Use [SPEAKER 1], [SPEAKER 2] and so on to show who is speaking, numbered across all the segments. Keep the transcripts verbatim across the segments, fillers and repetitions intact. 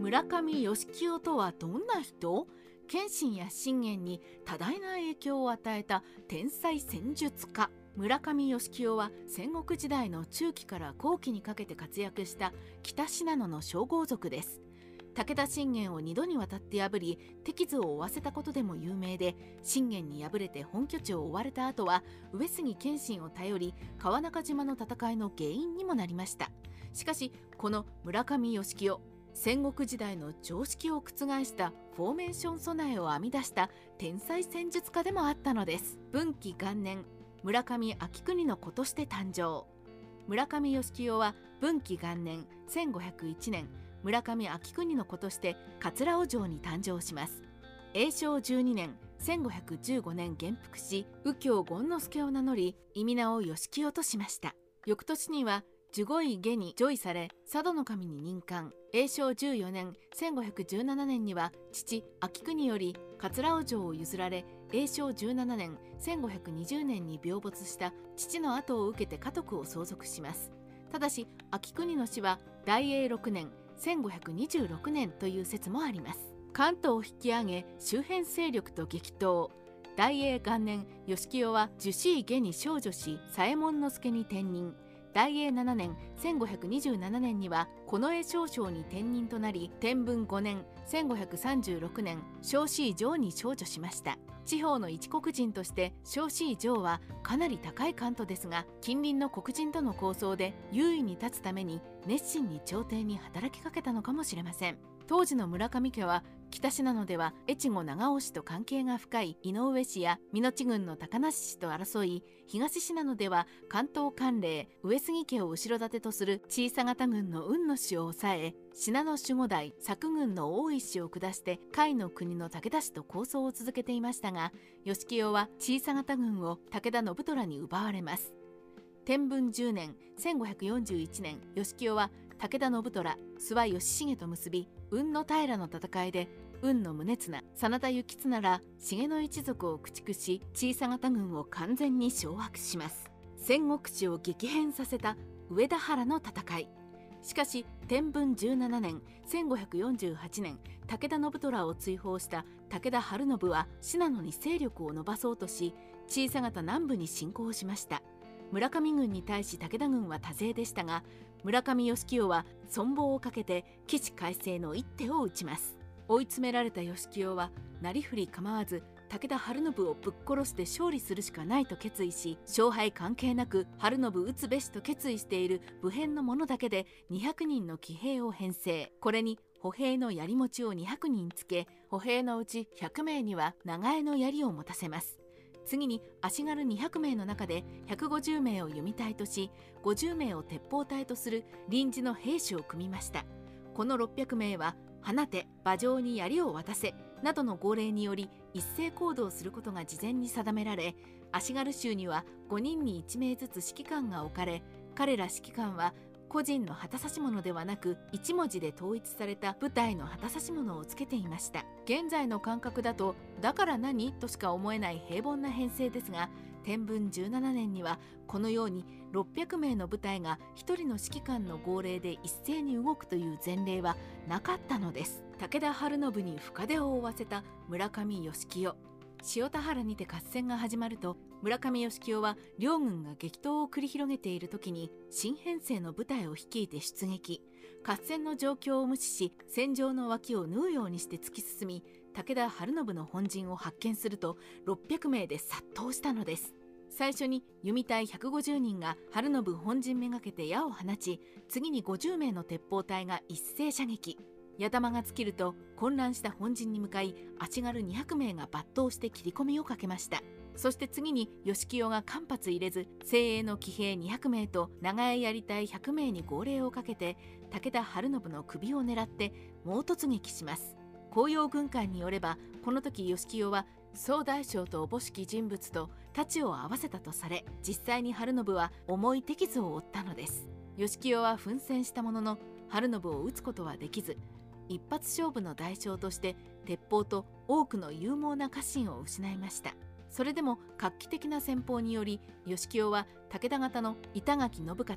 [SPEAKER 1] 村上義清とはどんな人？謙信や信玄に多大な影響を与えた天才戦術家。村上義清は戦国時代の中期から後期にかけて活躍した北信濃の将豪族です。武田信玄をにどにわたって破り手傷を負わせたことでも有名で、信玄に敗れて本拠地を追われた後は上杉謙信を頼り川中島の戦いの原因にもなりました。しかしこの村上義清、戦国時代の常識を覆したフォーメーション備えを編み出した天才戦術家でもあったのです。文紀元年、村上顕国の子として誕生。村上義清は文紀元年せんごひゃくいちねん、村上顕国の子として桂尾城に誕生します。永正じゅうにねんせんごひゃくじゅうごねん元服し、右京権之助を名乗り意味名を義清としました。翌年には守護位下に叙位され佐渡守に任官。永正じゅうよねんせんごひゃくじゅうななねんには父顕国より桂尾城を譲られ、永正じゅうななねんせんごひゃくにじゅうねんに病没した父の後を受けて家督を相続します。ただし顕国の死は大永ろくねんせんごひゃくにじゅうろくねんという説もあります。関東を引き上げ周辺勢力と激闘。大永元年、義清は守司位下に少女し左衛門之助に転任。大永ななねんせんごひゃくにじゅうななねんには近衛少将に転任となり、天文ごねんせんごひゃくさんじゅうろくねん少子位上に少女しました。地方の一国人として少子位上はかなり高い関東ですが、近隣の黒人との抗争で優位に立つために熱心に朝廷に働きかけたのかもしれません。当時の村上家は北信濃では越後長尾氏と関係が深い井上氏や美濃地郡の高梨氏と争い、東信濃では関東管領上杉家を後ろ盾とする小さ型郡の雲野氏を抑え、信濃守護代佐久郡の大石氏を下して甲斐の国の武田氏と抗争を続けていましたが、義清は小さ型郡を武田信虎に奪われます。天文じゅうねんせんごひゃくよんじゅういちねん、義清は武田信虎、諏訪義重と結び、雲野平の戦いで雲野宗綱、真田幸綱ら重野一族を駆逐し、小さ型軍を完全に掌握します。戦国史を激変させた上田原の戦い。しかし天文じゅうななねんせんごひゃくよんじゅうはちねん、武田信虎を追放した武田晴信は信濃に勢力を伸ばそうとし、小さ型南部に侵攻しました。村上軍に対し武田軍は多勢でしたが、村上義清は存亡をかけて起死回生の一手を打ちます。追い詰められた義清はなりふり構わず武田晴信をぶっ殺して勝利するしかないと決意し、勝敗関係なく晴信討つべしと決意している武変の者だけでにひゃくにんの騎兵を編成。これに歩兵の槍持ちをにひゃくにんつけ、歩兵のうちひゃくめいには長江の槍を持たせます。次に足軽にひゃくめいの中でひゃくごじゅうめいを弓隊とし、ごじゅうめいを鉄砲隊とする臨時の兵士を組みました。このろっぴゃくめいは放て、馬上に槍を渡せなどの号令により一斉行動することが事前に定められ、足軽衆にはごにんにいちめいずつ指揮官が置かれ、彼ら指揮官は個人の旗指物ではなくいち文字で統一された部隊の旗指物をつけていました。現在の感覚だとだから何としか思えない平凡な編成ですが、天文じゅうななねんにはこのようにろっぴゃくめいの部隊がひとりの指揮官の号令で一斉に動くという前例はなかったのです。武田晴信に深手を負わせた村上義清。塩田原にて合戦が始まると、村上義清は両軍が激闘を繰り広げている時に新編成の部隊を率いて出撃。合戦の状況を無視し、戦場の脇を縫うようにして突き進み、武田晴信の本陣を発見するとろっぴゃくめいで殺到したのです。最初に弓隊ひゃくごじゅうにんが晴信本陣めがけて矢を放ち、次にごじゅうめいの鉄砲隊が一斉射撃。矢弾が尽きると混乱した本陣に向かい、足軽にひゃくめいが抜刀して切り込みをかけました。そして次に義清が間髪入れず、精鋭の騎兵にひゃくめいと長江槍隊ひゃくめいに号令をかけて武田晴信の首を狙って猛突撃します。紅葉軍艦によれば、この時義清は総大将とおぼしき人物と太刀を合わせたとされ、実際に晴信は重い手傷を負ったのです。義清は奮戦したものの晴信を討つことはできず、一発勝負の代償として鉄砲と多くの勇猛な家臣を失いました。それでも画期的な戦法により義清は武田方の板垣信方、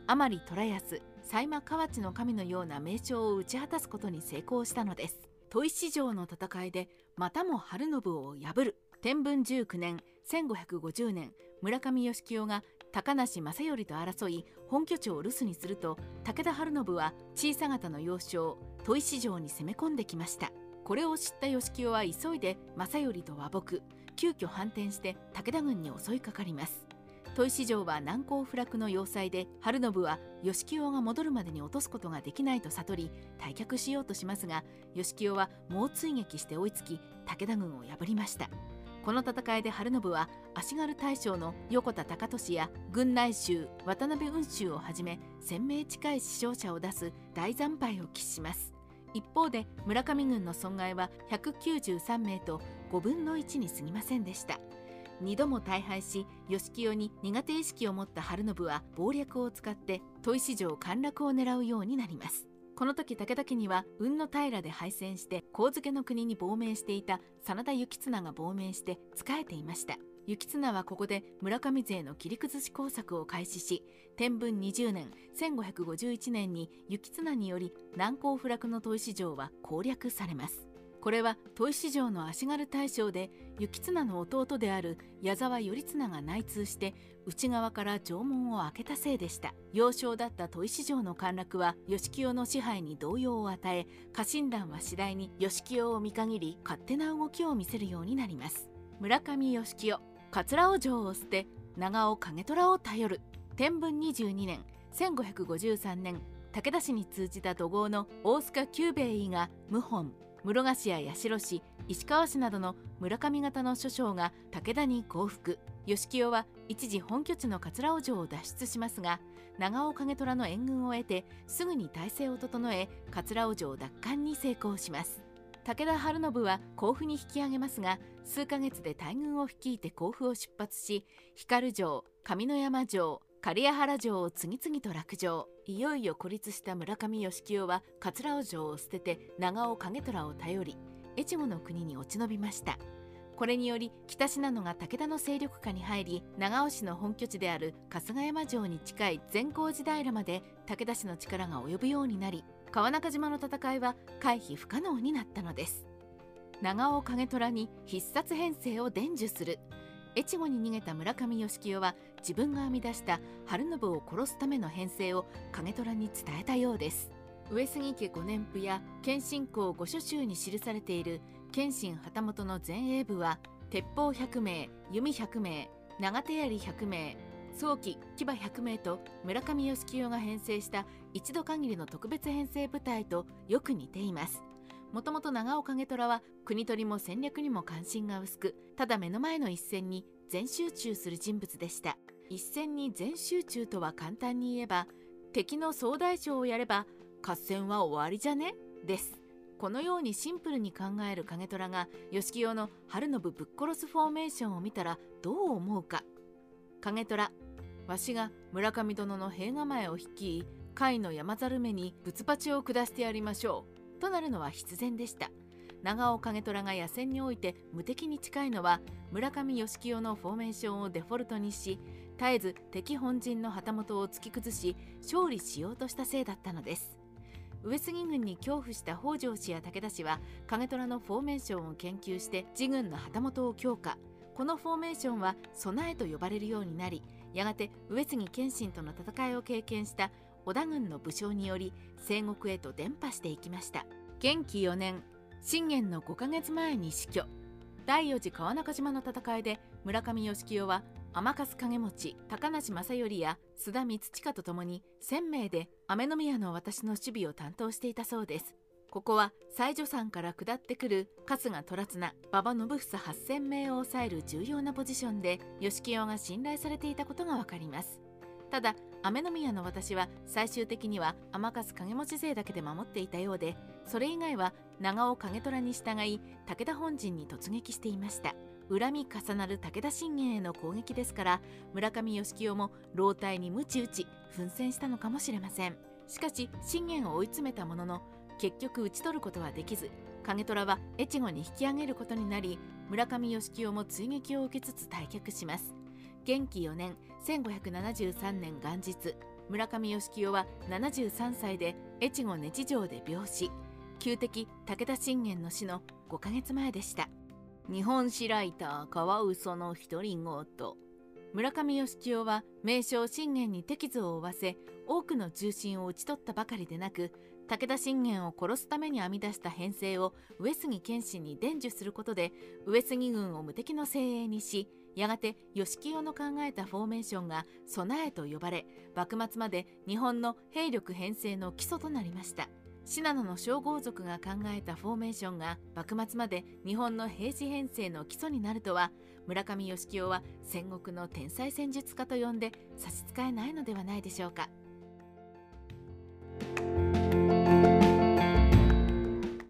[SPEAKER 1] 甘利虎康、犀馬河内の神のような名称を打ち果たすことに成功したのです。砥石城の戦いでまたも晴信を破る。天文じゅうきゅうねんせんごひゃくごじゅうねん、村上義清が高梨正頼と争い本拠地を留守にすると、武田晴信は小さ型の要衝砥石城に攻め込んできました。これを知った義清は急いで正頼と和睦、急遽反転して武田軍に襲いかかります。砥石城は難攻不落の要塞で、晴信は義清が戻るまでに落とすことができないと悟り退却しようとしますが、義清は猛追撃して追いつき武田軍を破りました。この戦いで晴信は足軽大将の横田高俊や軍内衆渡辺雲州をはじめせん名近い死傷者を出す大惨敗を喫します。一方で村上軍の損害はひゃくきゅうじゅうさん名とごぶんのいちに過ぎませんでした。にども大敗し、義清に苦手意識を持った晴信は謀略を使って砥石城陥落を狙うようになります。この時武田家には雲の平で敗戦して上野の国に亡命していた真田幸綱が亡命して仕えていました。幸綱はここで村上勢の切り崩し工作を開始し、天文にじゅうねんせんごひゃくごじゅういちねんに幸綱により難攻不落の砥石城は攻略されます。これは砥石城の足軽大将で幸綱の弟である矢沢頼綱が内通して内側から城門を開けたせいでした。要衝だった砥石城の陥落は義清の支配に動揺を与え、家臣団は次第に義清を見限り勝手な動きを見せるようになります。村上義清、桂尾城を捨て長尾景虎を頼る。天文にじゅうにねんせんごひゃくごじゅうさんねん、武田氏に通じた土豪の大須賀久兵衛が謀反、室賀氏や八代氏、石川氏などの村上方の諸将が武田に降伏。義清は一時本拠地の桂尾城を脱出しますが、長尾景虎の援軍を得てすぐに態勢を整え桂尾城奪還に成功します。武田晴信は甲府に引き上げますが、数ヶ月で大軍を率いて甲府を出発し、光城、上山城、刈谷原城を次々と落城。いよいよ孤立した村上義清は桂尾城を捨てて長尾景虎を頼り越後の国に落ち延びました。これにより北信濃が武田の勢力下に入り、長尾氏の本拠地である春日山城に近い善光寺平まで武田氏の力が及ぶようになり、川中島の戦いは回避不可能になったのです。長尾景虎に必殺編成を伝授する。越後に逃げた村上義清は自分が編み出した晴信を殺すための編成を景虎に伝えたようです。上杉家御年譜や謙信公御所集に記されている謙信旗本の前衛部は、鉄砲ひゃく名、弓ひゃく名、長手槍ひゃく名、早期騎馬ひゃく名と村上義清が編成した一度限りの特別編成部隊とよく似ています。もともと長尾景虎は国取りも戦略にも関心が薄く、ただ目の前の一戦に全集中する人物でした。一戦に全集中とは簡単に言えば、敵の総大将をやれば合戦は終わりじゃねです。このようにシンプルに考える景虎が義清の晴信ぶっ殺すフォーメーションを見たらどう思うか。景虎、わしが村上殿の兵構えを率い、甲斐の山猿めにぶつばちを下してやりましょうとなるのは必然でした。長尾景虎が野戦において無敵に近いのは、村上義清のフォーメーションをデフォルトにし、絶えず敵本陣の旗本を突き崩し勝利しようとしたせいだったのです。上杉軍に恐怖した北条氏や武田氏は景虎のフォーメーションを研究して自軍の旗本を強化。このフォーメーションは備えと呼ばれるようになり、やがて上杉謙信との戦いを経験した織田軍の武将により西国へと伝播していきました。元亀よねん、信玄のごかげつまえに死去。第四次川中島の戦いで村上義清は天粕景持、高梨正頼や須田光親とともにせん名で雨宮の私の守備を担当していたそうです。ここは西女山から下ってくる春日虎綱、馬場信房はっせん名を抑える重要なポジションで義清が信頼されていたことがわかります。ただ雨宮の私は最終的には天粕景持勢だけで守っていたようで、それ以外は長尾景虎に従い武田本陣に突撃していました。恨み重なる武田信玄への攻撃ですから、村上義清も老体に鞭打ち奮戦したのかもしれません。しかし信玄を追い詰めたものの結局討ち取ることはできず、景虎は越後に引き上げることになり、村上義清も追撃を受けつつ退却します。元亀よねんせんごひゃくななじゅうさんねん元日、 村上義清はななじゅうさんさいで越後根地城で病死。旧敵武田信玄の死のごかげつまえでした。日本史ライターカワウソの独り言。村上義清は名将信玄に手傷を負わせ、多くの重臣を討ち取ったばかりでなく、武田信玄を殺すために編み出した編成を上杉謙信に伝授することで、上杉軍を無敵の精鋭にし、やがて義清の考えたフォーメーションが備えと呼ばれ、幕末まで日本の兵力編成の基礎となりました。信濃の将豪族が考えたフォーメーションが幕末まで日本の兵士編成の基礎になるとは、村上義清は戦国の天才戦術家と呼んで差し支えないのではないでしょうか。